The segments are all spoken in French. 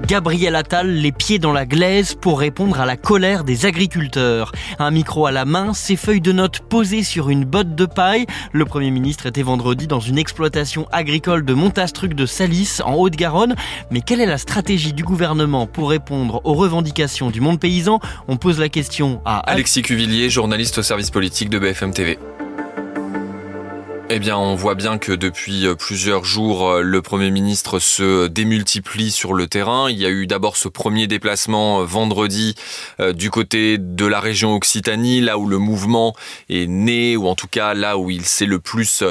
Gabriel Attal, les pieds dans la glaise pour répondre à la colère des agriculteurs. Un micro à la main, ses feuilles de notes posées sur une botte de paille. Le Premier ministre était vendredi dans une exploitation agricole de Montastruc de Salis, en Haute-Garonne. Mais quelle est la stratégie du gouvernement pour répondre aux revendications du monde paysan ? On pose la question à Alexis Cuvillier, journaliste au service politique de BFM TV. Eh bien, on voit bien que depuis plusieurs jours, le Premier ministre se démultiplie sur le terrain. Il y a eu d'abord ce premier déplacement vendredi du côté de la région Occitanie, là où le mouvement est né, ou en tout cas là où il a le plus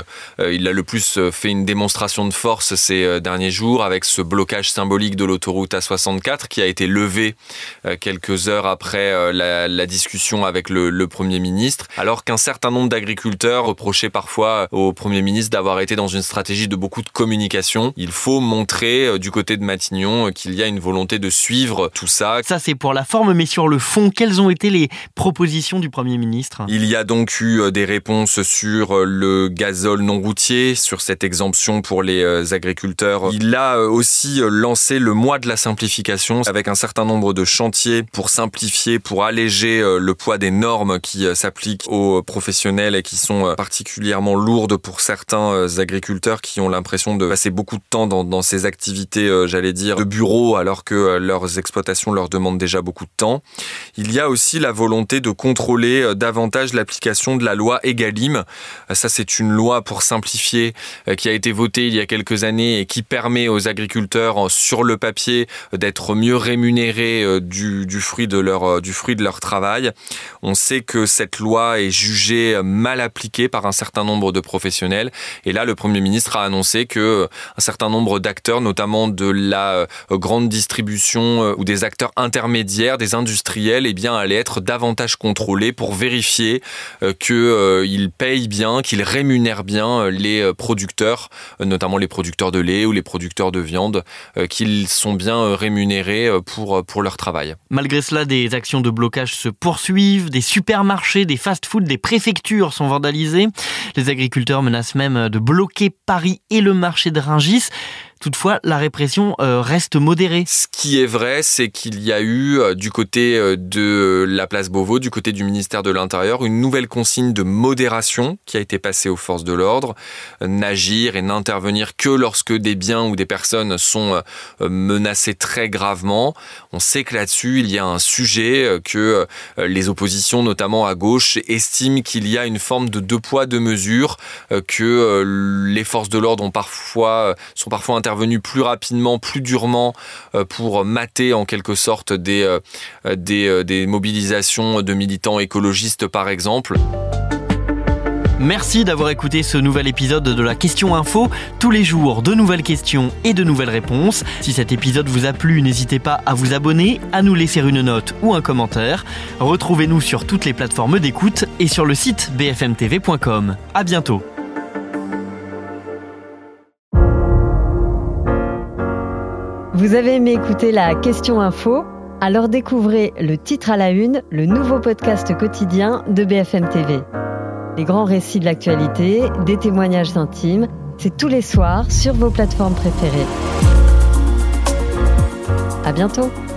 fait une démonstration de force ces derniers jours, avec ce blocage symbolique de l'autoroute A64 qui a été levé quelques heures après la discussion avec le Premier ministre, alors qu'un certain nombre d'agriculteurs reprochaient parfois au Premier ministre d'avoir été dans une stratégie de beaucoup de communication. Il faut montrer du côté de Matignon qu'il y a une volonté de suivre tout ça. Ça, c'est pour la forme, mais sur le fond, quelles ont été les propositions du Premier ministre ? Il y a donc eu des réponses sur le gazole non routier, sur cette exemption pour les agriculteurs. Il a aussi lancé le mois de la simplification avec un certain nombre de chantiers pour simplifier, pour alléger le poids des normes qui s'appliquent aux professionnels et qui sont particulièrement lourdes pour certains agriculteurs qui ont l'impression de passer beaucoup de temps dans ces activités, de bureau, alors que leurs exploitations leur demandent déjà beaucoup de temps. Il y a aussi la volonté de contrôler davantage l'application de la loi Egalim. Ça, c'est une loi pour simplifier qui a été votée il y a quelques années et qui permet aux agriculteurs, sur le papier, d'être mieux rémunérés du fruit de leur travail. On sait que cette loi est jugée mal appliquée par un certain nombre de professionnels. Et là, le Premier ministre a annoncé que un certain nombre d'acteurs, notamment de la grande distribution ou des acteurs intermédiaires, des industriels, allaient être davantage contrôlés pour vérifier qu'ils payent bien, qu'ils rémunèrent bien les producteurs, notamment les producteurs de lait ou les producteurs de viande, qu'ils sont bien rémunérés pour leur travail. Malgré cela, des actions de blocage se poursuivent, des supermarchés, des fast-foods, des préfectures sont vandalisés. Les agriculteurs menacent même de bloquer Paris et le marché de Rungis. Toutefois, la répression reste modérée. Ce qui est vrai, c'est qu'il y a eu, du côté de la place Beauvau, du côté du ministère de l'Intérieur, une nouvelle consigne de modération qui a été passée aux forces de l'ordre. N'agir et n'intervenir que lorsque des biens ou des personnes sont menacés très gravement. On sait que là-dessus, il y a un sujet que les oppositions, notamment à gauche, estiment qu'il y a une forme de deux poids, deux mesures, que les forces de l'ordre sont parfois intervenu plus rapidement, plus durement pour mater en quelque sorte des mobilisations de militants écologistes par exemple. Merci d'avoir écouté ce nouvel épisode de la Question Info. Tous les jours, de nouvelles questions et de nouvelles réponses. Si cet épisode vous a plu, n'hésitez pas à vous abonner, à nous laisser une note ou un commentaire. Retrouvez-nous sur toutes les plateformes d'écoute et sur le site bfmtv.com. À bientôt. Vous avez aimé écouter la Question Info ? Alors découvrez le titre à la une, le nouveau podcast quotidien de BFM TV. Les grands récits de l'actualité, des témoignages intimes, c'est tous les soirs sur vos plateformes préférées. À bientôt.